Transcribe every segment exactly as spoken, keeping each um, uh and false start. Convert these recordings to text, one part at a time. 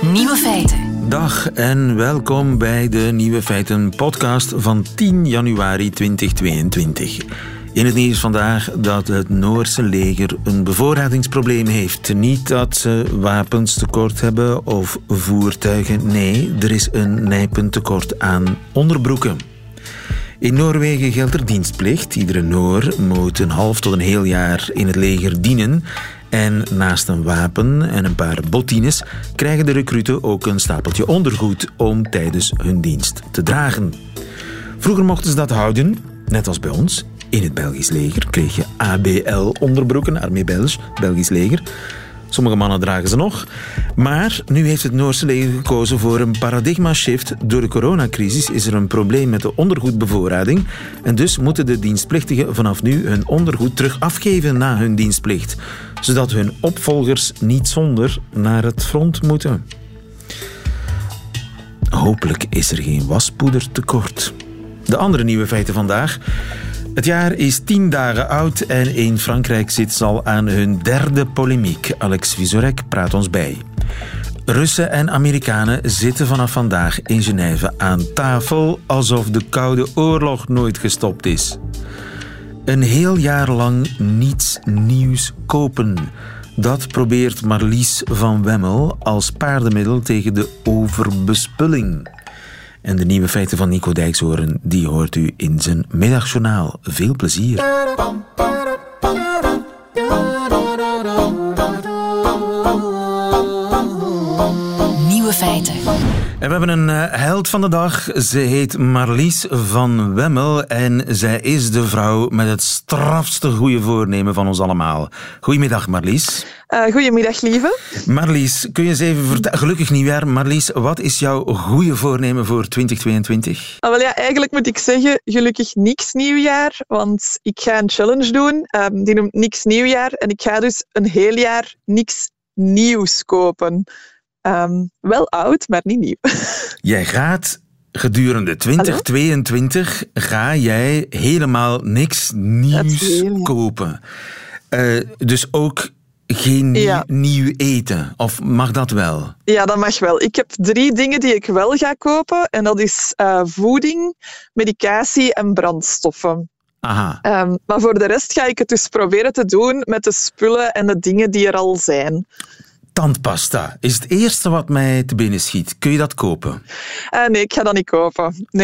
Nieuwe feiten. Dag en welkom bij de Nieuwe Feiten podcast van tien januari tweeduizend tweeëntwintig. In het nieuws vandaag dat het Noorse leger een bevoorradingsprobleem heeft. Niet dat ze wapens tekort hebben of voertuigen. Nee, er is een nijpend tekort aan onderbroeken. In Noorwegen geldt er dienstplicht. Iedere Noor moet een half tot een heel jaar in het leger dienen. En naast een wapen en een paar bottines krijgen de recruten ook een stapeltje ondergoed om tijdens hun dienst te dragen. Vroeger mochten ze dat houden, net als bij ons. In het Belgisch leger kreeg je A B L-onderbroeken, Armée Belge, Belgisch leger. Sommige mannen dragen ze nog. Maar nu heeft het Noorse leger gekozen voor een paradigma-shift. Door de coronacrisis is er een probleem met de ondergoedbevoorrading. En dus moeten de dienstplichtigen vanaf nu hun ondergoed terug afgeven na hun dienstplicht. Zodat hun opvolgers niet zonder naar het front moeten. Hopelijk is er geen waspoeder tekort. De andere nieuwe feiten vandaag. Het jaar is tien dagen oud en in Frankrijk zit ze al aan hun derde polemiek. Alex Vizorek praat ons bij. Russen en Amerikanen zitten vanaf vandaag in Genève aan tafel alsof de Koude Oorlog nooit gestopt is. Een heel jaar lang niets nieuws kopen. Dat probeert Marlies van Wemmel als paardenmiddel tegen de overbespulling. En de nieuwe feiten van Nico Dijkshoorn, die hoort u in zijn middagjournaal. Veel plezier. Nieuwe feiten. En we hebben een uh, held van de dag. Ze heet Marlies van Wemmel en zij is de vrouw met het strafste goede voornemen van ons allemaal. Goedemiddag, Marlies. Uh, goedemiddag, lieve. Marlies, kun je eens even vertellen... Gelukkig nieuwjaar. Marlies, wat is jouw goede voornemen voor twintig tweeëntwintig? Ah, wel ja, eigenlijk moet ik zeggen, gelukkig niks nieuwjaar, want ik ga een challenge doen. Um, die noemt niks nieuwjaar en ik ga dus een heel jaar niks nieuws kopen. Um, wel oud, maar niet nieuw. Jij gaat gedurende twintig tweeëntwintig ga jij helemaal niks nieuws kopen. Uh, dus ook geen ja. nieuw eten? Of mag dat wel? Ja, dat mag wel. Ik heb drie dingen die ik wel ga kopen. En dat is uh, voeding, medicatie en brandstoffen. Aha. Um, maar voor de rest ga ik het dus proberen te doen met de spullen en de dingen die er al zijn. Tandpasta is het eerste wat mij te binnen schiet. Kun je dat kopen? Uh, nee, ik ga dat niet kopen. Nee.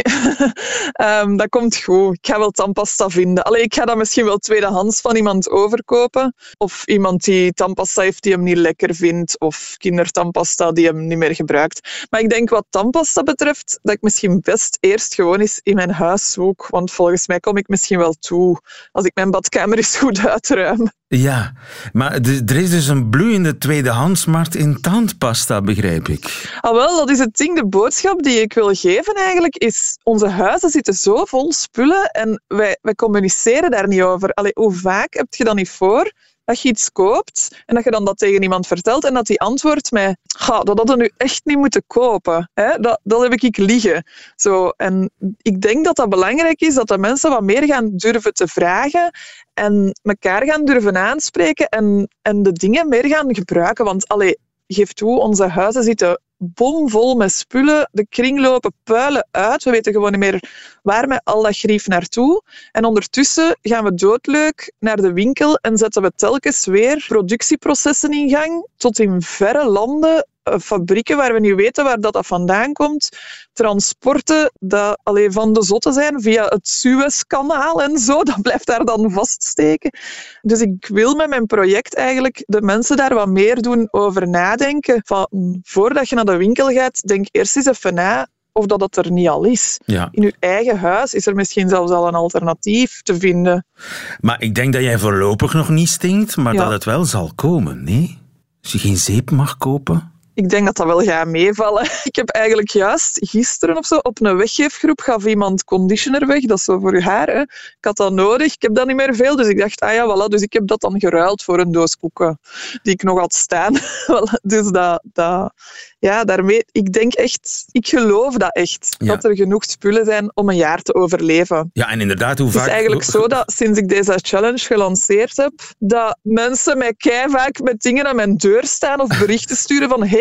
um, dat komt goed. Ik ga wel tandpasta vinden. Allee, ik ga dat misschien wel tweedehands van iemand overkopen. Of iemand die tandpasta heeft die hem niet lekker vindt. Of kindertandpasta die hem niet meer gebruikt. Maar ik denk wat tandpasta betreft, dat ik misschien best eerst gewoon eens in mijn huis zoek. Want volgens mij kom ik misschien wel toe als ik mijn badkamer eens goed uitruim. Ja, maar er is dus een bloeiende tweedehandsmarkt in tandpasta, begrijp ik. Ah, wel, dat is het ding. De boodschap die ik wil geven eigenlijk is... Onze huizen zitten zo vol spullen en wij, wij communiceren daar niet over. Allee, hoe vaak heb je dat niet voor dat je iets koopt en dat je dan dat tegen iemand vertelt en dat die antwoordt met dat hadden we nu echt niet moeten kopen. Hè? Dat, dat heb ik liggen. Zo, en ik denk dat dat belangrijk is, dat de mensen wat meer gaan durven te vragen en elkaar gaan durven aanspreken en, en de dingen meer gaan gebruiken. Want allee, geef toe, onze huizen zitten bomvol met spullen. De kringlopen puilen uit. We weten gewoon niet meer waar met al dat grief naartoe. En ondertussen gaan we doodleuk naar de winkel en zetten we telkens weer productieprocessen in gang tot in verre landen, fabrieken waar we niet weten waar dat, dat vandaan komt, transporten dat alleen van de zotte zijn via het Suezkanaal en zo, dat blijft daar dan vaststeken. Dus ik wil met mijn project eigenlijk de mensen daar wat meer doen over nadenken. Van, voordat je naar de winkel gaat, denk eerst eens even na of dat het er niet al is. Ja. In je eigen huis is er misschien zelfs al een alternatief te vinden. Maar ik denk dat jij voorlopig nog niet stinkt, maar ja. dat het wel zal komen, nee? Als je geen zeep mag kopen... Ik denk dat dat wel gaat meevallen. Ik heb eigenlijk juist gisteren of zo op een weggeefgroep gaf iemand conditioner weg. Dat is zo voor je haar. Hè. Ik had dat nodig. Ik heb dat niet meer veel. Dus ik dacht, ah ja, voilà. Dus ik heb dat dan geruild voor een doos koeken die ik nog had staan. Dus dat, dat, ja, daarmee, ik denk echt, ik geloof dat echt. Ja. Dat er genoeg spullen zijn om een jaar te overleven. Ja, en inderdaad, hoe vaak... Het is eigenlijk zo dat sinds ik deze challenge gelanceerd heb, dat mensen mij keivaak met dingen aan mijn deur staan of berichten sturen van hey,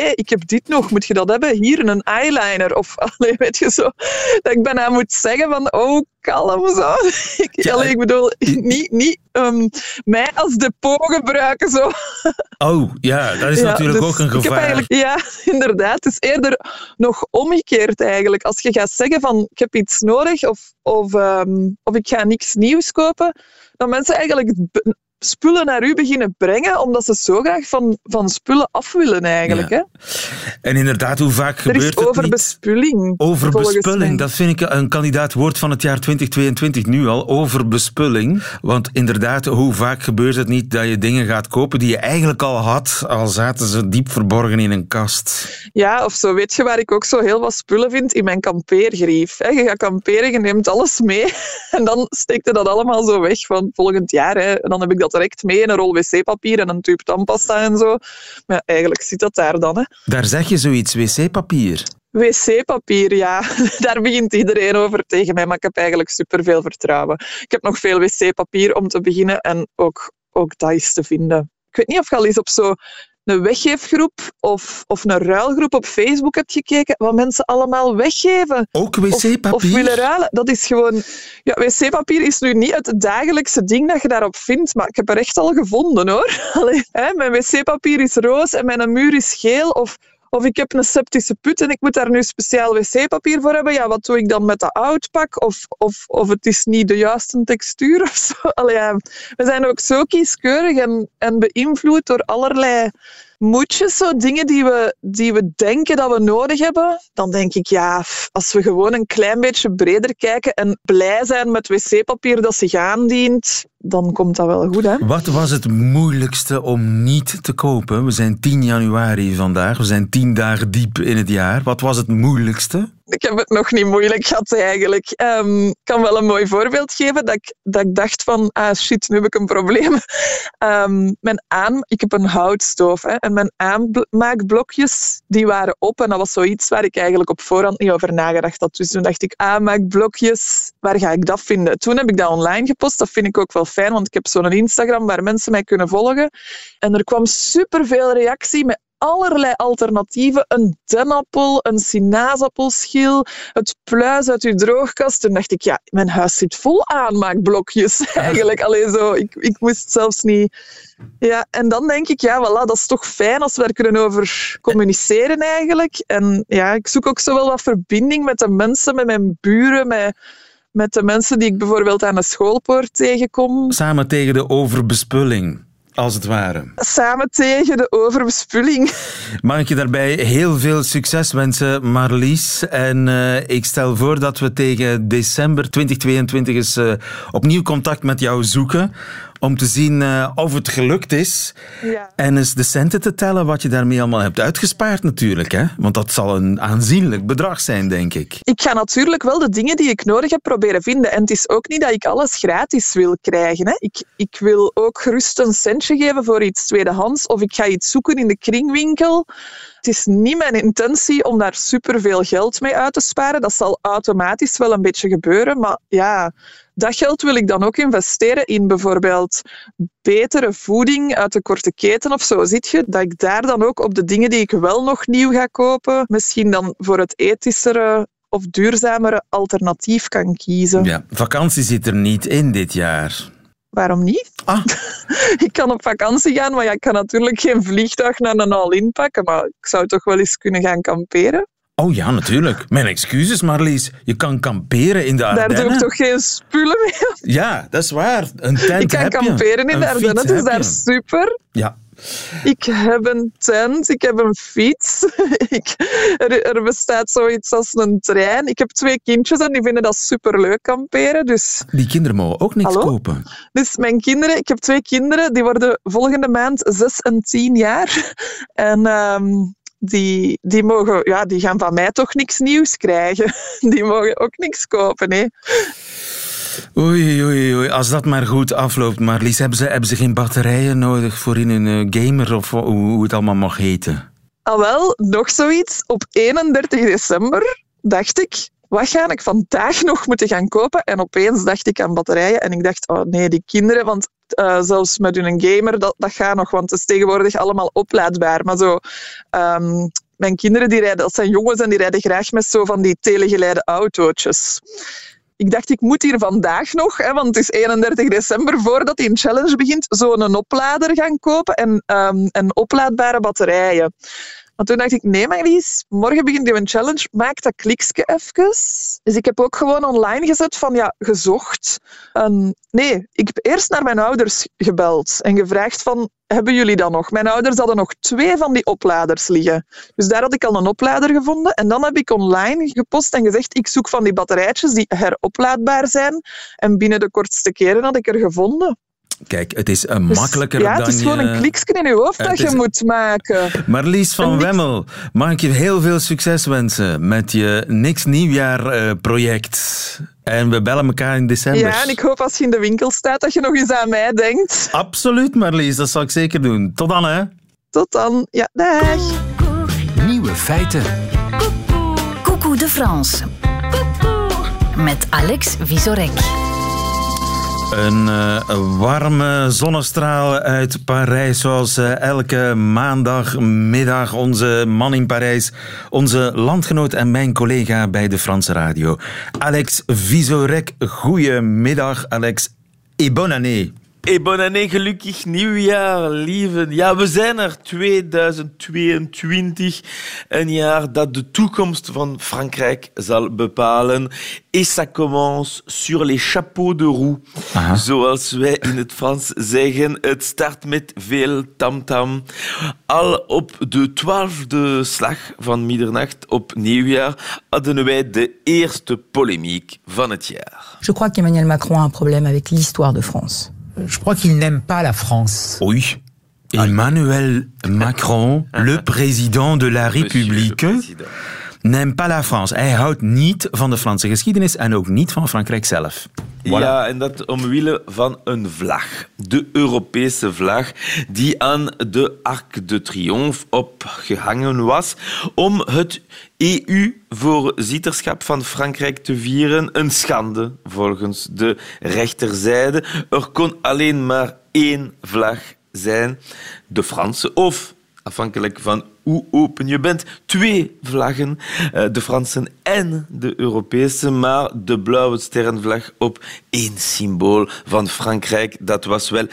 ik heb dit nog, moet je dat hebben? Hier, een eyeliner. Of, allee, weet je zo, dat ik bijna moet zeggen van, oh, kalm zo. Ik, Ja, allee, ik bedoel, niet, niet um, mij als depot gebruiken zo. Oh, ja, dat is Ja, natuurlijk dus ook een ik heb gevaar. eigenlijk, ja, inderdaad. Het is eerder nog omgekeerd eigenlijk. Als je gaat zeggen van, ik heb iets nodig of, of, um, of ik ga niks nieuws kopen, dan mensen eigenlijk b- spullen naar u beginnen brengen, omdat ze zo graag van, van spullen af willen eigenlijk. Ja. Hè? En inderdaad, hoe vaak Er gebeurt is het niet? overbespulling. volgens Overbespulling, mij. dat vind ik een kandidaat woord van het jaar twintig tweeëntwintig nu al. Overbespulling. Want inderdaad, hoe vaak gebeurt het niet dat je dingen gaat kopen die je eigenlijk al had, al zaten ze diep verborgen in een kast. Ja, of zo. Weet je waar ik ook zo heel wat spullen vind? In mijn kampeergrief. Hè? Je gaat kamperen, je neemt alles mee en dan steekt je dat allemaal zo weg van volgend jaar. Hè? En dan heb ik dat direct mee, een rol wc-papier en een tube tandpasta en zo. Maar ja, eigenlijk zit dat daar dan. Hè? Daar zeg je zoiets, wc-papier. Wc-papier, ja. Daar begint iedereen over tegen mij, maar ik heb eigenlijk superveel vertrouwen. Ik heb nog veel wc-papier om te beginnen en ook, ook dat is te vinden. Ik weet niet of je al eens op zo een weggeefgroep of, of een ruilgroep op Facebook hebt gekeken, wat mensen allemaal weggeven. Ook Of, wc-papier? of willen ruilen. Dat is gewoon... Ja, wc-papier is nu niet het dagelijkse ding dat je daarop vindt, maar ik heb er echt al gevonden, hoor. Allee, hè, mijn wc-papier is roos en mijn muur is geel, of... Of ik heb een septische put en ik moet daar nu speciaal wc-papier voor hebben. Ja, wat doe ik dan met dat oudpak? Of, of, of het is niet de juiste textuur of zo. Allee, ja. We zijn ook zo kieskeurig en, en beïnvloed door allerlei moedjes, zo dingen die we, die we denken dat we nodig hebben. Dan denk ik, ja, als we gewoon een klein beetje breder kijken en blij zijn met wc-papier dat zich aandient, dan komt dat wel goed, hè? Wat was het moeilijkste om niet te kopen? We zijn tien januari vandaag, we zijn tien dagen diep in het jaar. Wat was het moeilijkste? Ik heb het nog niet moeilijk gehad, eigenlijk. Um, ik kan wel een mooi voorbeeld geven, dat ik, dat ik dacht van, ah shit, nu heb ik een probleem. Um, mijn aan, ik heb een houtstoof, hè, en mijn aanmaakblokjes, die waren op. En dat was zoiets waar ik eigenlijk op voorhand niet over nagedacht had. Dus toen dacht ik, aanmaakblokjes, waar ga ik dat vinden? Toen heb ik dat online gepost, dat vind ik ook wel fijn, want ik heb zo'n Instagram waar mensen mij kunnen volgen. En er kwam superveel reactie met allerlei alternatieven. Een dennappel, een sinaasappelschil, het pluis uit uw droogkast. Toen dacht ik, ja, mijn huis zit vol aanmaakblokjes eigenlijk. Allee, zo, ik, ik moest zelfs niet... Ja, en dan denk ik, ja, voilà, dat is toch fijn als we er kunnen over communiceren eigenlijk. En ja, ik zoek ook zo wel wat verbinding met de mensen, met mijn buren, met... met de mensen die ik bijvoorbeeld aan de schoolpoort tegenkom. Samen tegen de overbespulling, als het ware. Samen tegen de overbespulling. Mag ik je daarbij heel veel succes wensen, Marlies. En uh, ik stel voor dat we tegen december twintig tweeëntwintig eens uh, opnieuw contact met jou zoeken. Om te zien uh, of het gelukt is. Ja. En eens de centen te tellen wat je daarmee allemaal hebt uitgespaard natuurlijk. Hè? Want dat zal een aanzienlijk bedrag zijn, denk ik. Ik ga natuurlijk wel de dingen die ik nodig heb proberen vinden. En het is ook niet dat ik alles gratis wil krijgen. Hè. Ik, ik wil ook gerust een centje geven voor iets tweedehands. Of ik ga iets zoeken in de kringwinkel. Het is niet mijn intentie om daar superveel geld mee uit te sparen. Dat zal automatisch wel een beetje gebeuren. Maar ja, dat geld wil ik dan ook investeren in bijvoorbeeld betere voeding uit de korte keten of zo. Ziet je dat ik daar dan ook op de dingen die ik wel nog nieuw ga kopen, misschien dan voor het ethischere of duurzamere alternatief kan kiezen. Ja, vakantie zit er niet in dit jaar. Waarom niet? Ah. Ik kan op vakantie gaan, maar ja, ik kan natuurlijk geen vliegtuig naar een all-in pakken, maar ik zou toch wel eens kunnen gaan kamperen. Oh ja, natuurlijk. Mijn excuses, Marlies. Je kan kamperen in de Ardennen. Daar doe ik toch geen spullen mee? Ja, dat is waar. Een tent Ik kan heb je. kamperen in Een de Ardennen, fiets het is heb daar je. super. Ja. Ik heb een tent, ik heb een fiets, ik, er, er bestaat zoiets als een trein. Ik heb twee kindjes en die vinden dat superleuk kamperen. Dus, Die kinderen mogen ook niks Hallo? kopen. dus mijn kinderen, ik heb twee kinderen, die worden volgende maand zes en tien jaar. En um, die, die, mogen, ja, die gaan van mij toch niks nieuws krijgen. Die mogen ook niks kopen, hè. Oei, oei, oei. Als dat maar goed afloopt, Marlies, hebben ze, hebben ze geen batterijen nodig voor in hun uh, gamer of hoe, hoe het allemaal mag heten? Al wel, nog zoiets. Op eenendertig december dacht ik, wat ga ik vandaag nog moeten gaan kopen? En opeens dacht ik aan batterijen en ik dacht, oh nee, die kinderen, want uh, zelfs met hun gamer, dat, dat gaat nog, want het is tegenwoordig allemaal oplaadbaar. Maar zo... Um, Mijn kinderen die rijden, dat zijn jongens en die rijden graag met zo van die telegeleide autootjes. Ik dacht, ik moet hier vandaag nog, hè, want het is eenendertig december, voordat die een challenge begint, zo'n oplader gaan kopen en, um, en oplaadbare batterijen. Maar toen dacht ik, nee Marlies, morgen begint die een challenge, maak dat kliksje even. Dus ik heb ook gewoon online gezet van, ja, gezocht. Um, nee, ik heb eerst naar mijn ouders gebeld en gevraagd van, hebben jullie dat nog? Mijn ouders hadden nog twee van die opladers liggen. Dus daar had ik al een oplader gevonden. En dan heb ik online gepost en gezegd, ik zoek van die batterijtjes die heroplaadbaar zijn. En binnen de kortste keren had ik er gevonden. Kijk, het is een dus, makkelijker ja, dan het is gewoon je... een kliksje in je hoofd dat je is... moet maken. Marlies van niks... Wemmel, mag ik je heel veel succes wensen met je Niks Nieuwjaar project. En we bellen elkaar in december. Ja, en ik hoop als je in de winkel staat dat je nog eens aan mij denkt. Absoluut, Marlies, dat zal ik zeker doen. Tot dan, hè. Tot dan. Ja, dag. Nieuwe feiten. Coucou de France. Met Alex Vizorek. Een uh, warme zonnestraal uit Parijs, zoals uh, elke maandagmiddag onze man in Parijs, onze landgenoot en mijn collega bij de Franse radio. Alex Vizorek, goedemiddag Alex, et bonne année. Et bonne année, gelukkig nieuwjaar, lieve. Ja, we zijn er, tweeduizend tweeëntwintig. Een jaar dat de toekomst van Frankrijk zal bepalen. Et ça commence sur les chapeaux de roue. Aha. Zoals wij in het Frans zeggen. Het start met veel tamtam. Al op de twaalfde slag van middernacht op nieuwjaar hadden wij de eerste polemiek van het jaar. Je crois qu'Emmanuel Macron a un problème avec l'histoire de France. Je crois qu'il n'aime pas la France. Oui. Emmanuel Macron, le président de la République, n'aime pas la France. Hij houdt niet van de Franse geschiedenis en ook niet van Frankrijk zelf. Voilà. Ja, en dat omwille van een vlag. De Europese vlag die aan de Arc de Triomphe opgehangen was om het E U-voorzitterschap van Frankrijk te vieren. Een schande, volgens de rechterzijde. Er kon alleen maar één vlag zijn, de Franse, of afhankelijk van hoe open je bent, twee vlaggen, de Franse en de Europese, maar de blauwe sterrenvlag op één symbool van Frankrijk, dat was wel...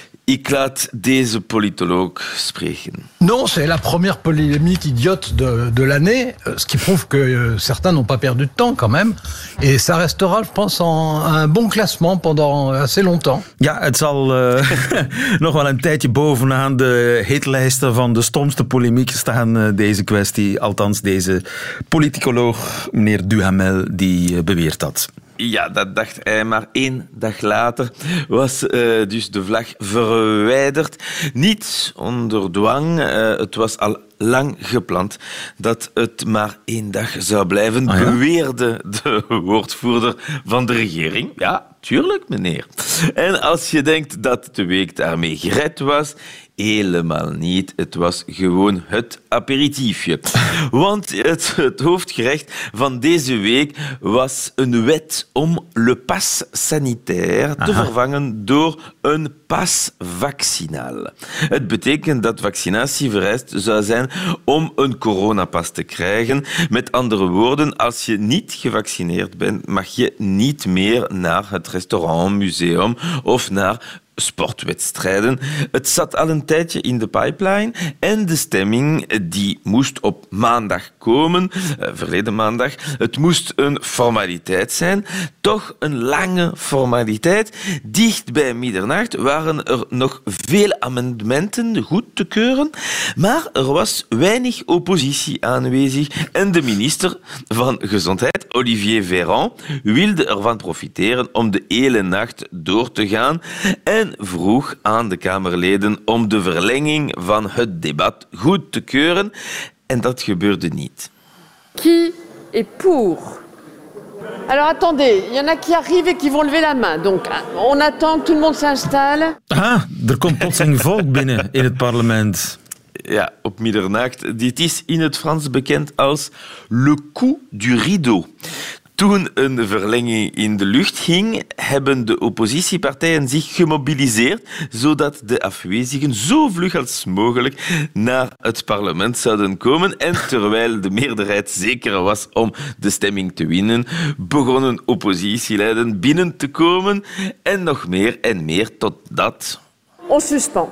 Ik laat deze politoloog spreken. Non, c'est la première polémique idiote de, de l'année, ce qui prouve que euh, certains n'ont pas perdu de temps quand même. Et ça restera, je pense, en un bon classement pendant assez longtemps. Ja, het zal uh, nog wel een tijdje bovenaan de hitlijsten van de stomste polemiek staan, uh, deze kwestie. Althans, deze politicoloog, meneer Duhamel, die uh, beweert dat. Ja, dat dacht hij, maar één dag later was uh, dus de vlag verwijderd. Niet onder dwang, uh, het was al lang gepland dat het maar één dag zou blijven, ah, ja? beweerde de woordvoerder van de regering. Ja, tuurlijk, meneer. En als je denkt dat de week daarmee gered was, helemaal niet. Het was gewoon het aperitiefje. Want het, het hoofdgerecht van deze week was een wet om le pass sanitaire te Aha. vervangen door een pas vaccinaal. Het betekent dat vaccinatie vereist zou zijn om een coronapas te krijgen. Met andere woorden, als je niet gevaccineerd bent, mag je niet meer naar het restaurant, museum of naar sportwedstrijden. Het zat al een tijdje in de pipeline en de stemming die moest op maandag komen, uh, verleden maandag. Het moest een formaliteit zijn, toch een lange formaliteit. Dicht bij middernacht waren er nog veel amendementen goed te keuren, maar er was weinig oppositie aanwezig en de minister van Gezondheid, Olivier Véran, wilde ervan profiteren om de hele nacht door te gaan en vroeg aan de Kamerleden om de verlenging van het debat goed te keuren. En dat gebeurde niet. Qui est pour? Alors attendez, il y en a qui arrivent et qui vont lever la main. Donc on attend que tout le monde s'installe. Ah, er komt plotseling volk binnen in het parlement. Ja, op middernacht. Dit is in het Frans bekend als le coup du rideau. Toen een verlenging in de lucht hing, hebben de oppositiepartijen zich gemobiliseerd, zodat de afwezigen zo vlug als mogelijk naar het parlement zouden komen. En terwijl de meerderheid zeker was om de stemming te winnen, begonnen oppositieleden binnen te komen en nog meer en meer totdat... On suspend.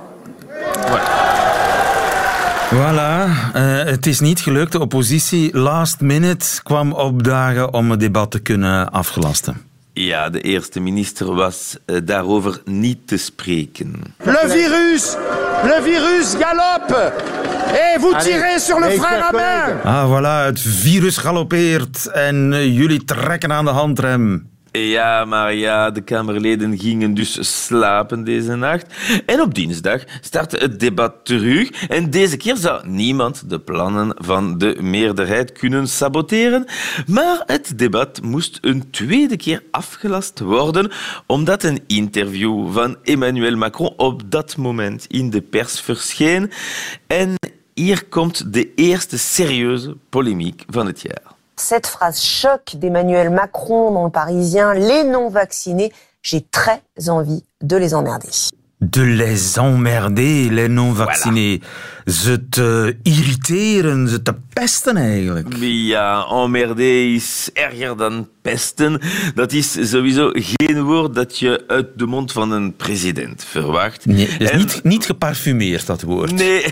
Voilà, uh, het is niet gelukt. De oppositie last minute kwam opdagen om het debat te kunnen afgelasten. Ja, de eerste minister was uh, daarover niet te spreken. Le virus, le virus galope. Et vous tirez sur le frein à main. Ah, voilà, het virus galoppeert en uh, jullie trekken aan de handrem. Ja, maar ja, de Kamerleden gingen dus slapen deze nacht. En op dinsdag startte het debat terug. En deze keer zou niemand de plannen van de meerderheid kunnen saboteren. Maar het debat moest een tweede keer afgelast worden, omdat een interview van Emmanuel Macron op dat moment in de pers verscheen. En hier komt de eerste serieuze polemiek van het jaar. Cette phrase choc d'Emmanuel Macron dans Le Parisien, les non-vaccinés, j'ai très envie de les emmerder. De les emmerder, les non-vaccinés. Voilà. Ze te irriteren, ze te pesten eigenlijk. Ja, emmerder is erger dan pesten. Dat is sowieso geen woord dat je uit de mond van een president verwacht. Nee, dat is en... niet, niet geparfumeerd, dat woord. Nee,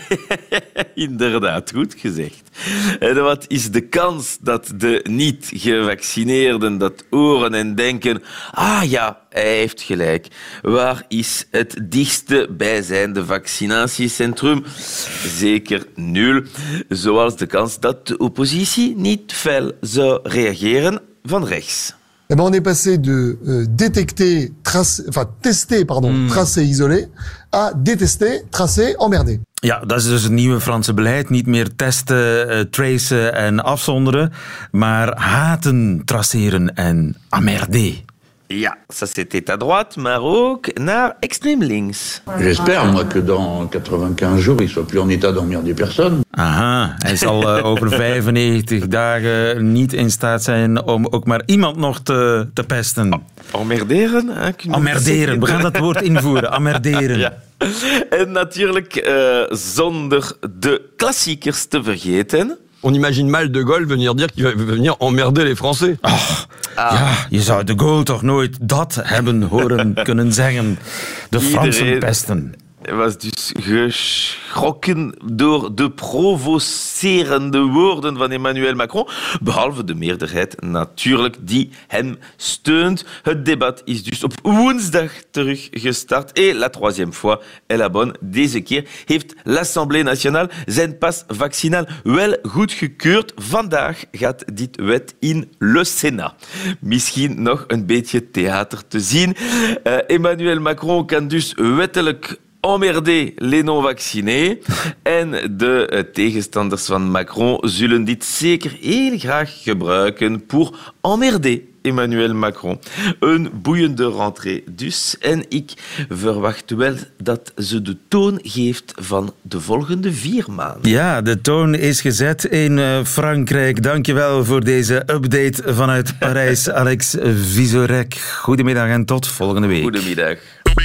inderdaad, goed gezegd. En wat is de kans dat de niet-gevaccineerden dat horen en denken, ah ja, hij heeft gelijk. Waar is het dichtste bijzijnde vaccinatiecentrum? Zeker nul. Zoals de kans dat de oppositie niet fel zou reageren van rechts. Eh ben on est passé de euh, détecter, tracer, enfin tester, pardon, mm. tracer, isoler, à détester, tracer, emmerder. Ja, dat is dus het nieuwe Franse beleid. Niet meer testen, uh, tracen en afzonderen, maar haten, traceren en emmerder. Ja, ça c'était à droite, maar ook naar extreem links. J'espère, moi, que dans quatre-vingt-quinze jours, il soit plus en état d'emmerder personne. Aha, hij zal uh, over vijfennegentig dagen niet in staat zijn om ook maar iemand nog te, te pesten. Oh, emmerderen? Emmerderen, we gaan dat woord invoeren. Emmerderen. Ja. En natuurlijk uh, zonder de klassiekers te vergeten. On imagine mal de Gaulle venir dire qu'il va venir emmerder les Français. Oh, ah. Ja, je zou de Gaulle toch nooit dat hebben horen kunnen zeggen. De Fransen pesten. Hij was dus geschrokken door de provocerende woorden van Emmanuel Macron, behalve de meerderheid natuurlijk die hem steunt. Het debat is dus op woensdag terug gestart. Et la troisième fois est la bonne. Deze keer heeft l'Assemblée nationale zijn pas vaccinaal wel goedgekeurd. Vandaag gaat dit wet in le Sénat. Misschien nog een beetje theater te zien. Uh, Emmanuel Macron kan dus wettelijk emmerder les non-vaccinés. En de uh, tegenstanders van Macron zullen dit zeker heel graag gebruiken pour emmerder Emmanuel Macron. Een boeiende rentrée dus. En ik verwacht wel dat ze de toon geeft van de volgende vier maanden. Ja, de toon is gezet in uh, Frankrijk. Dankjewel voor deze update vanuit Parijs, Alex Vizorek. Goedemiddag en tot volgende week. Goedemiddag.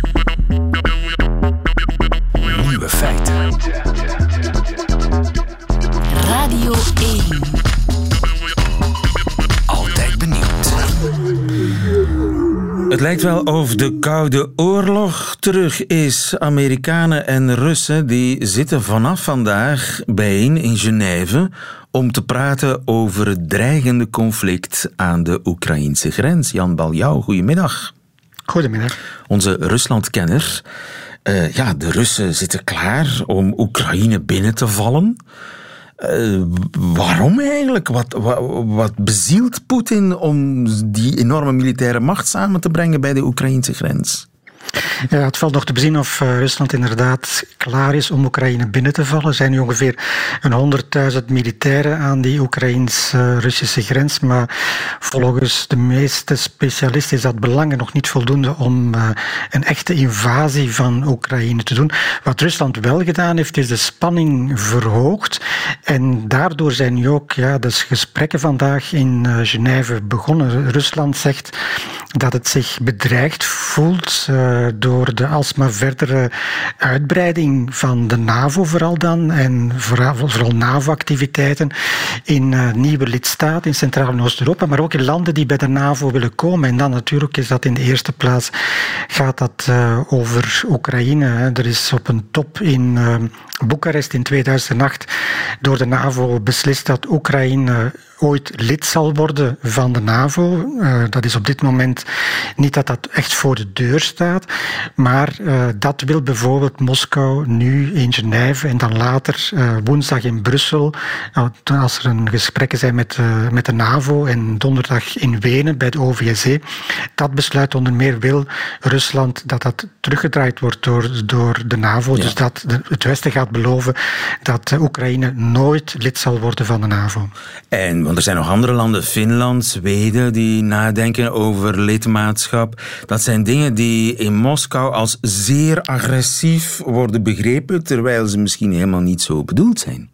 Nieuwe feiten. Radio één. Altijd benieuwd. Het lijkt wel of de Koude Oorlog terug is. Amerikanen en Russen die zitten vanaf vandaag bijeen in Genève om te praten over het dreigende conflict aan de Oekraïnse grens. Jan Baljouw, goedemiddag. Goedemiddag. Onze Ruslandkenner. Uh, ja, de Russen zitten klaar om Oekraïne binnen te vallen. Uh, waarom eigenlijk? Wat, wat, wat bezielt Poetin om die enorme militaire macht samen te brengen bij de Oekraïnse grens? Ja, het valt nog te bezien of uh, Rusland inderdaad klaar is om Oekraïne binnen te vallen. Er zijn nu ongeveer een honderdduizend militairen aan die Oekraïns-Russische grens. Maar volgens de meeste specialisten is dat belangen nog niet voldoende om uh, een echte invasie van Oekraïne te doen. Wat Rusland wel gedaan heeft, is de spanning verhoogd. En daardoor zijn nu ook ja, de gesprekken vandaag in uh, Genève begonnen. Rusland zegt dat het zich bedreigd voelt uh, door de alsmaar verdere uitbreiding van de NAVO vooral dan, en vooral, vooral NAVO-activiteiten in uh, nieuwe lidstaten in Centraal- en Oost-Europa, maar ook in landen die bij de NAVO willen komen. En dan natuurlijk is dat in de eerste plaats gaat dat uh, over Oekraïne. Hè. Er is op een top in uh, Boekarest in tweeduizend acht door de NAVO beslist dat Oekraïne ooit lid zal worden van de NAVO. Uh, dat is op dit moment niet dat dat echt voor de deur staat, maar uh, dat wil bijvoorbeeld Moskou nu in Genève en dan later uh, woensdag in Brussel, uh, als er een gesprekken zijn met, uh, met de NAVO en donderdag in Wenen bij de O V S E. Dat besluit onder meer wil Rusland dat dat teruggedraaid wordt door, door de NAVO. Ja. Dus dat de, het Westen gaat beloven dat uh, Oekraïne nooit lid zal worden van de NAVO. En want er zijn nog andere landen, Finland, Zweden, die nadenken over lidmaatschap. Dat zijn dingen die in Moskou als zeer agressief worden begrepen, terwijl ze misschien helemaal niet zo bedoeld zijn.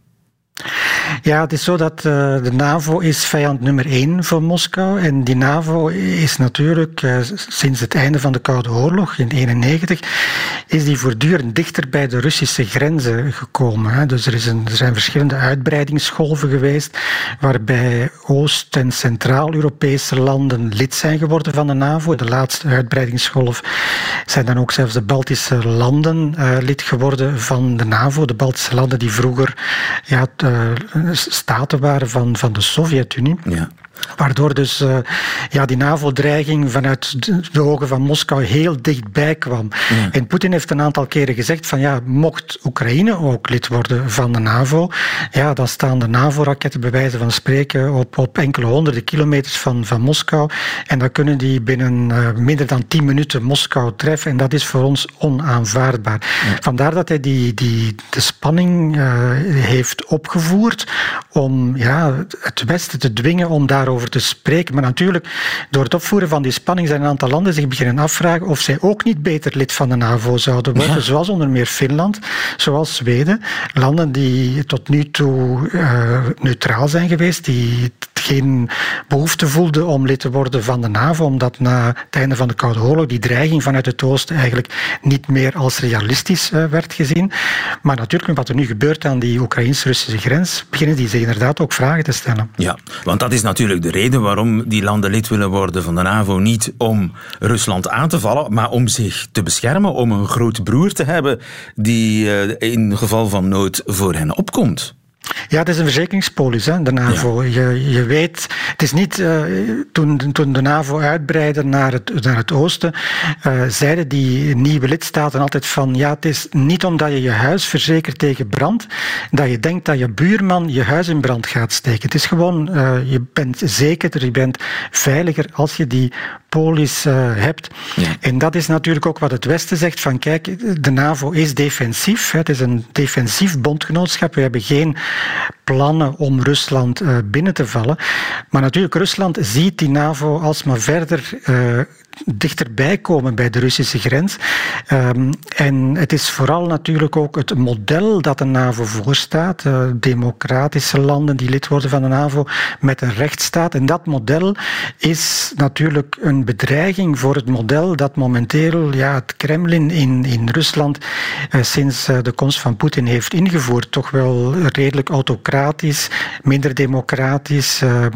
Ja, het is zo dat uh, de NAVO is vijand nummer één voor Moskou. En die NAVO is natuurlijk uh, sinds het einde van de Koude Oorlog in negentien eenennegentig is die voortdurend dichter bij de Russische grenzen gekomen. Hè. Dus er, is een, er zijn verschillende uitbreidingsgolven geweest waarbij Oost- en Centraal-Europese landen lid zijn geworden van de NAVO. De laatste uitbreidingsgolf zijn dan ook zelfs de Baltische landen uh, lid geworden van de NAVO. De Baltische landen die vroeger ja, uh, staten waren van, van de Sovjet-Unie. Ja. Waardoor dus uh, ja, die NAVO-dreiging vanuit de ogen van Moskou heel dichtbij kwam. Ja. En Poetin heeft een aantal keren gezegd van ja, mocht Oekraïne ook lid worden van de NAVO, ja, dan staan de NAVO-raketten bij wijze van spreken op, op enkele honderden kilometers van, van Moskou. En dan kunnen die binnen uh, minder dan tien minuten Moskou treffen. En dat is voor ons onaanvaardbaar. Ja. Vandaar dat hij die, die, de spanning uh, heeft opgevoerd om ja, het Westen te dwingen om daar over te spreken. Maar natuurlijk, door het opvoeren van die spanning zijn een aantal landen zich beginnen afvragen of zij ook niet beter lid van de NAVO zouden worden, ja. Zoals onder meer Finland, zoals Zweden. Landen die tot nu toe uh, neutraal zijn geweest, die geen behoefte voelden om lid te worden van de NAVO, omdat na het einde van de Koude Oorlog die dreiging vanuit het oosten eigenlijk niet meer als realistisch uh, werd gezien. Maar natuurlijk, wat er nu gebeurt aan die Oekraïns-Russische grens, beginnen die zich inderdaad ook vragen te stellen. Ja, want dat is natuurlijk de reden waarom die landen lid willen worden van de NAVO. Niet om Rusland aan te vallen, maar om zich te beschermen, om een grote broer te hebben die uh, in geval van nood voor hen opkomt. Ja, het is een verzekeringspolis, hè, de NAVO. Ja. Je, je weet, het is niet, uh, toen, toen de NAVO uitbreidde naar het, naar het oosten, uh, zeiden die nieuwe lidstaten altijd van, ja, het is niet omdat je je huis verzekert tegen brand, dat je denkt dat je buurman je huis in brand gaat steken. Het is gewoon, uh, je bent zekerder, je bent veiliger als je die polis uh, hebt. Ja. En dat is natuurlijk ook wat het Westen zegt, van kijk, de NAVO is defensief, hè, het is een defensief bondgenootschap, we hebben geen plannen om Rusland uh, binnen te vallen. Maar natuurlijk, Rusland ziet die NAVO alsmaar verder uh, dichterbij komen bij de Russische grens. Um, en het is vooral natuurlijk ook het model dat de NAVO voorstaat. Uh, democratische landen die lid worden van de NAVO met een rechtsstaat. En dat model is natuurlijk een bedreiging voor het model dat momenteel ja, het Kremlin in, in Rusland uh, sinds uh, de komst van Poetin heeft ingevoerd. Toch wel redelijk autocratisch, minder democratisch. Uh,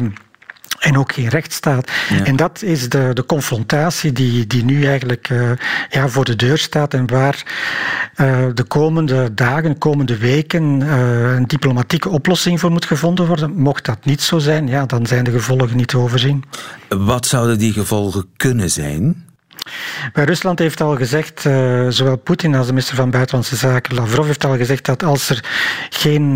En ook geen rechtsstaat. Ja. En dat is de, de confrontatie die, die nu eigenlijk uh, ja, voor de deur staat en waar uh, de komende dagen, komende weken uh, een diplomatieke oplossing voor moet gevonden worden. Mocht dat niet zo zijn, ja, dan zijn de gevolgen niet te overzien. Wat zouden die gevolgen kunnen zijn? Bij Rusland heeft al gezegd, uh, zowel Poetin als de minister van Buitenlandse Zaken Lavrov heeft al gezegd dat als er geen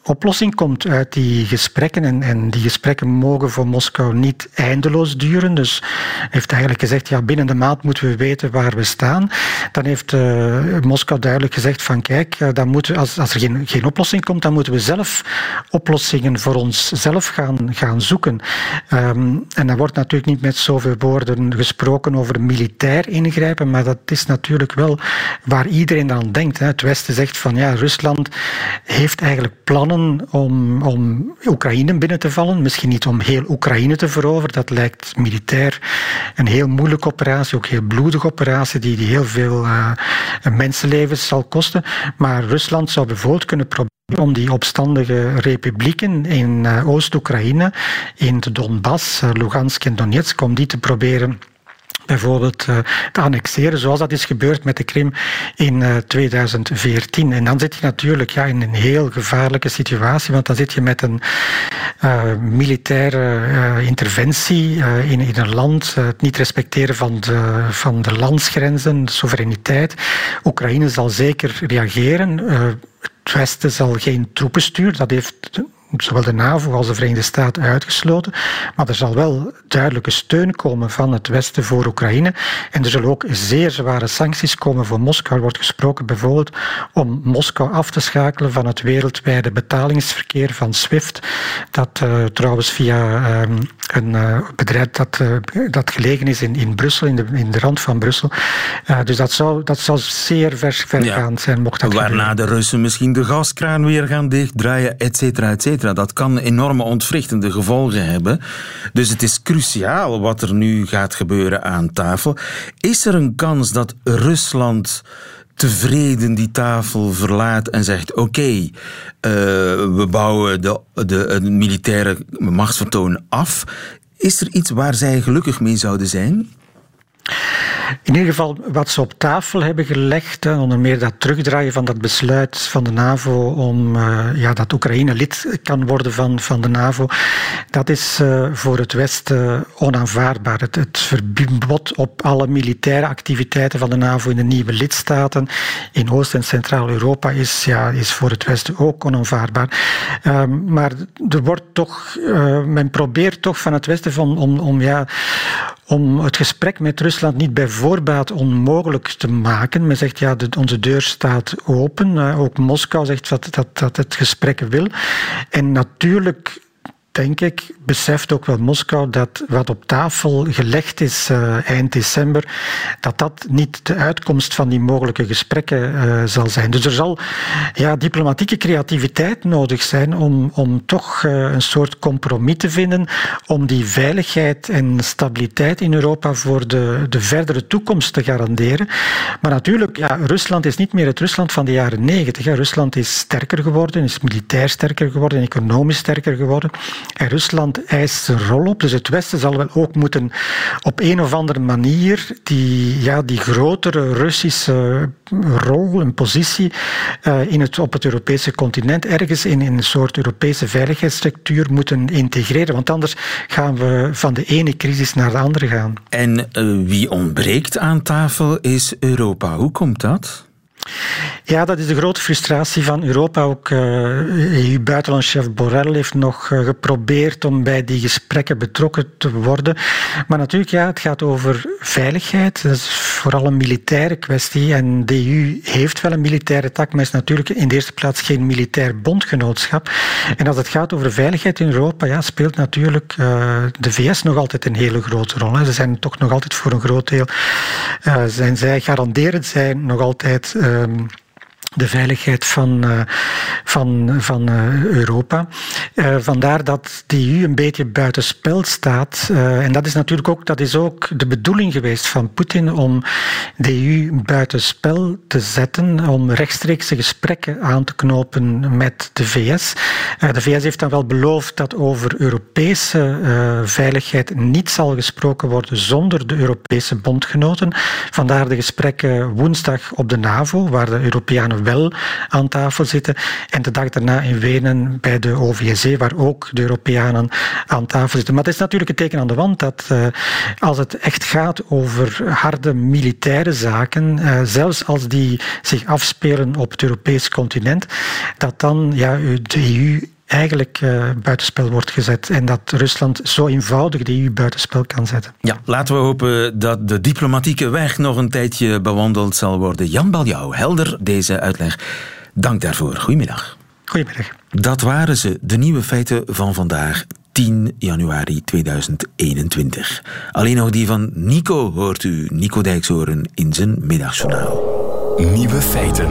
oplossing komt uit die gesprekken. En, en die gesprekken mogen voor Moskou niet eindeloos duren. Dus hij heeft eigenlijk gezegd, ja, binnen de maand moeten we weten waar we staan. Dan heeft uh, Moskou duidelijk gezegd van kijk, uh, dan moeten we, als, als er geen, geen oplossing komt, dan moeten we zelf oplossingen voor onszelf gaan, gaan zoeken. Um, en dan wordt natuurlijk niet met zoveel woorden gesproken over militair ingrijpen, maar dat is natuurlijk wel waar iedereen aan denkt. Hè. Het Westen zegt van ja, Rusland heeft eigenlijk plannen om, om Oekraïne binnen te vallen. Misschien niet om heel Oekraïne te veroveren. Dat lijkt militair een heel moeilijke operatie, ook een heel bloedige operatie die, die heel veel uh, mensenlevens zal kosten. Maar Rusland zou bijvoorbeeld kunnen proberen om die opstandige republieken in uh, Oost-Oekraïne, in de Donbass, uh, Lugansk en Donetsk, om die te proberen bijvoorbeeld uh, te annexeren, zoals dat is gebeurd met de Krim in uh, tweeduizend veertien. En dan zit je natuurlijk ja, in een heel gevaarlijke situatie, want dan zit je met een uh, militaire uh, interventie uh, in, in een land, uh, het niet respecteren van de, van de landsgrenzen, de soevereiniteit. Oekraïne zal zeker reageren. Uh, het Westen zal geen troepen sturen, dat heeft zowel de NAVO als de Verenigde Staten uitgesloten. Maar er zal wel duidelijke steun komen van het Westen voor Oekraïne. En er zullen ook zeer zware sancties komen voor Moskou. Er wordt gesproken bijvoorbeeld om Moskou af te schakelen van het wereldwijde betalingsverkeer van SWIFT. Dat uh, trouwens via uh, een uh, bedrijf dat, uh, dat gelegen is in, in Brussel, in de, in de rand van Brussel. Uh, dus dat zou, dat zou zeer ver, vergaand ja. zijn, mocht dat Waarna gebeuren. de Russen misschien de gaskraan weer gaan dichtdraaien, et cetera, et cetera. Dat kan enorme ontwrichtende gevolgen hebben. Dus het is cruciaal wat er nu gaat gebeuren aan tafel. Is er een kans dat Rusland tevreden die tafel verlaat en zegt oké, okay, uh, we bouwen de, de, de militaire machtsvertoon af? Is er iets waar zij gelukkig mee zouden zijn? In ieder geval wat ze op tafel hebben gelegd, onder meer dat terugdraaien van dat besluit van de NAVO om uh, ja, dat Oekraïne lid kan worden van, van de NAVO, dat is uh, voor het Westen onaanvaardbaar. Het, het verbod op alle militaire activiteiten van de NAVO in de nieuwe lidstaten in Oost- en Centraal-Europa is, ja, is voor het Westen ook onaanvaardbaar. Uh, maar er wordt toch, uh, men probeert toch van het Westen van, om, om, ja, om het gesprek met Rusland niet bij voorbaat onmogelijk te maken. Men zegt, ja, de, onze deur staat open. Uh, ook Moskou zegt dat, dat, dat het gesprek wil. En natuurlijk, denk ik, beseft ook wel Moskou dat wat op tafel gelegd is uh, eind december, dat dat niet de uitkomst van die mogelijke gesprekken uh, zal zijn. Dus er zal ja, diplomatieke creativiteit nodig zijn om, om toch uh, een soort compromis te vinden om die veiligheid en stabiliteit in Europa voor de, de verdere toekomst te garanderen. Maar natuurlijk, ja, Rusland is niet meer het Rusland van de jaren negentig. Rusland is sterker geworden, is militair sterker geworden, economisch sterker geworden. En Rusland eist zijn rol op. Dus het Westen zal wel ook moeten op een of andere manier die, ja, die grotere Russische rol en positie uh, in het, op het Europese continent ergens in, in een soort Europese veiligheidsstructuur moeten integreren. Want anders gaan we van de ene crisis naar de andere gaan. En uh, wie ontbreekt aan tafel is Europa. Hoe komt dat? Ja, dat is de grote frustratie van Europa. Ook uh, E U-buitenlandchef Borrell heeft nog uh, geprobeerd om bij die gesprekken betrokken te worden. Maar natuurlijk, ja, het gaat over veiligheid. Dat is vooral een militaire kwestie. En de E U heeft wel een militaire tak, maar is natuurlijk in de eerste plaats geen militair bondgenootschap. En als het gaat over veiligheid in Europa, ja, speelt natuurlijk uh, de V S nog altijd een hele grote rol. Hè. Ze zijn toch nog altijd voor een groot deel, uh, zijn zij, garanderen zij nog altijd Uh, de veiligheid van, uh, van, van uh, Europa. Uh, vandaar dat de E U een beetje buitenspel staat. Uh, en dat is natuurlijk ook, dat is ook de bedoeling geweest van Poetin om de E U buitenspel te zetten, om rechtstreekse gesprekken aan te knopen met de V S. Uh, de V S heeft dan wel beloofd dat over Europese uh, veiligheid niet zal gesproken worden zonder de Europese bondgenoten. Vandaar de gesprekken woensdag op de NAVO, waar de Europeanen wel aan tafel zitten. En de dag daarna in Wenen bij de O V S E, waar ook de Europeanen aan tafel zitten. Maar het is natuurlijk een teken aan de wand dat uh, als het echt gaat over harde militaire zaken, uh, zelfs als die zich afspelen op het Europees continent, dat dan ja, de E U eigenlijk uh, buitenspel wordt gezet en dat Rusland zo eenvoudig de E U buitenspel kan zetten. Ja, laten we hopen dat de diplomatieke weg nog een tijdje bewandeld zal worden. Jan Baljouw, helder deze uitleg. Dank daarvoor. Goedemiddag. Goedemiddag. Dat waren ze, de nieuwe feiten van vandaag, tien januari tweeduizend eenentwintig. Alleen nog die van Nico hoort u, Nico Dijkshoorn, in zijn middagjournaal. Nieuwe feiten.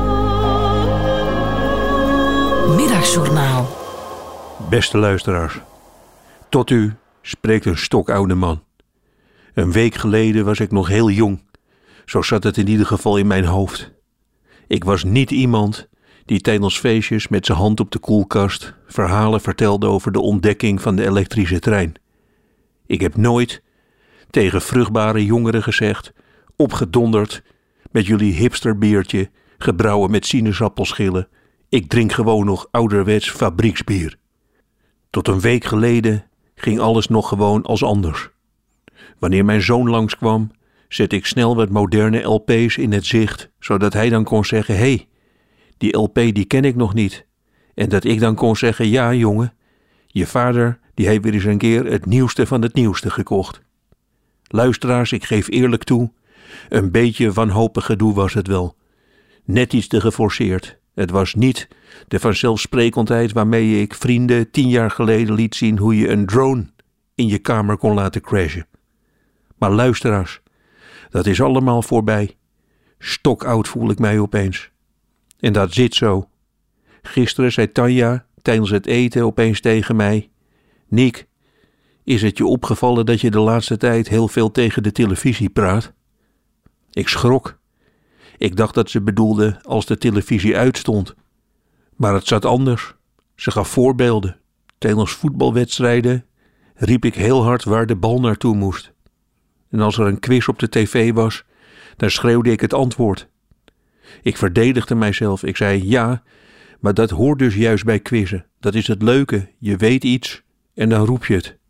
Middagjournaal. Beste luisteraars, tot u spreekt een stokoude man. Een week geleden was ik nog heel jong, zo zat het in ieder geval in mijn hoofd. Ik was niet iemand die tijdens feestjes met zijn hand op de koelkast verhalen vertelde over de ontdekking van de elektrische trein. Ik heb nooit tegen vruchtbare jongeren gezegd, opgedonderd met jullie hipsterbiertje, gebrouwen met sinaasappelschillen. Ik drink gewoon nog ouderwets fabrieksbier. Tot een week geleden ging alles nog gewoon als anders. Wanneer mijn zoon langskwam, zette ik snel wat moderne L P's in het zicht, zodat hij dan kon zeggen, hé, hey, die L P die ken ik nog niet. En dat ik dan kon zeggen, ja jongen, je vader die heeft weer eens een keer het nieuwste van het nieuwste gekocht. Luisteraars, ik geef eerlijk toe, een beetje wanhopig gedoe was het wel. Net iets te geforceerd. Het was niet de vanzelfsprekendheid waarmee ik vrienden tien jaar geleden liet zien hoe je een drone in je kamer kon laten crashen. Maar luisteraars, dat is allemaal voorbij. Stokoud voel ik mij opeens. En dat zit zo. Gisteren zei Tanja tijdens het eten opeens tegen mij, Nick, is het je opgevallen dat je de laatste tijd heel veel tegen de televisie praat? Ik schrok. Ik dacht dat ze bedoelde als de televisie uitstond. Maar het zat anders. Ze gaf voorbeelden. Tijdens voetbalwedstrijden riep ik heel hard waar de bal naartoe moest. En als er een quiz op de tv was, dan schreeuwde ik het antwoord. Ik verdedigde mijzelf. Ik zei ja, maar dat hoort dus juist bij quizzen. Dat is het leuke. Je weet iets en dan roep je het.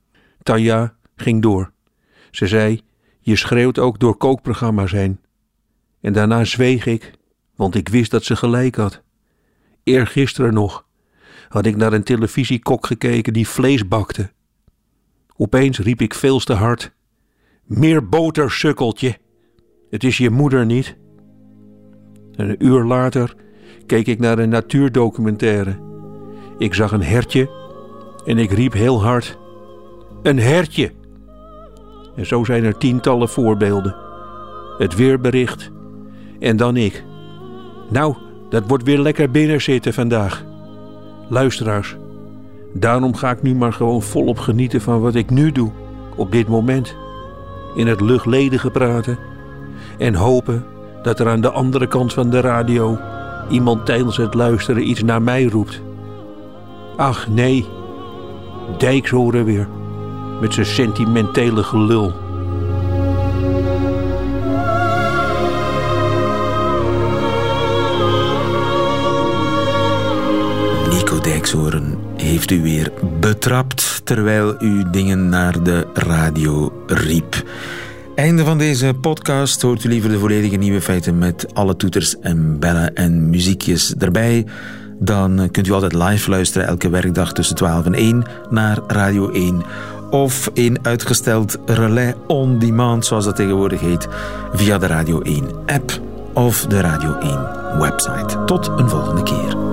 Tanja ging door. Ze zei, je schreeuwt ook door kookprogramma's heen. En daarna zweeg ik, want ik wist dat ze gelijk had. Eergisteren nog had ik naar een televisiekok gekeken die vlees bakte. Opeens riep ik veel te hard, meer boter, sukkeltje. Het is je moeder niet. En een uur later keek ik naar een natuurdocumentaire. Ik zag een hertje en ik riep heel hard, een hertje. En zo zijn er tientallen voorbeelden. Het weerbericht en dan ik. Nou, dat wordt weer lekker binnenzitten vandaag. Luisteraars, daarom ga ik nu maar gewoon volop genieten van wat ik nu doe, op dit moment. In het luchtledige praten en hopen dat er aan de andere kant van de radio iemand tijdens het luisteren iets naar mij roept. Ach nee, Dijkshoorn weer, met zijn sentimentele gelul. Nico Dijkshoorn heeft u weer betrapt terwijl u dingen naar de radio riep. Einde van deze podcast. Hoort u liever de volledige nieuwe feiten met alle toeters en bellen en muziekjes erbij? Dan kunt u altijd live luisteren elke werkdag tussen twaalf en één naar Radio één. Of in uitgesteld relais on demand, zoals dat tegenwoordig heet, via de Radio één app of de Radio één website. Tot een volgende keer.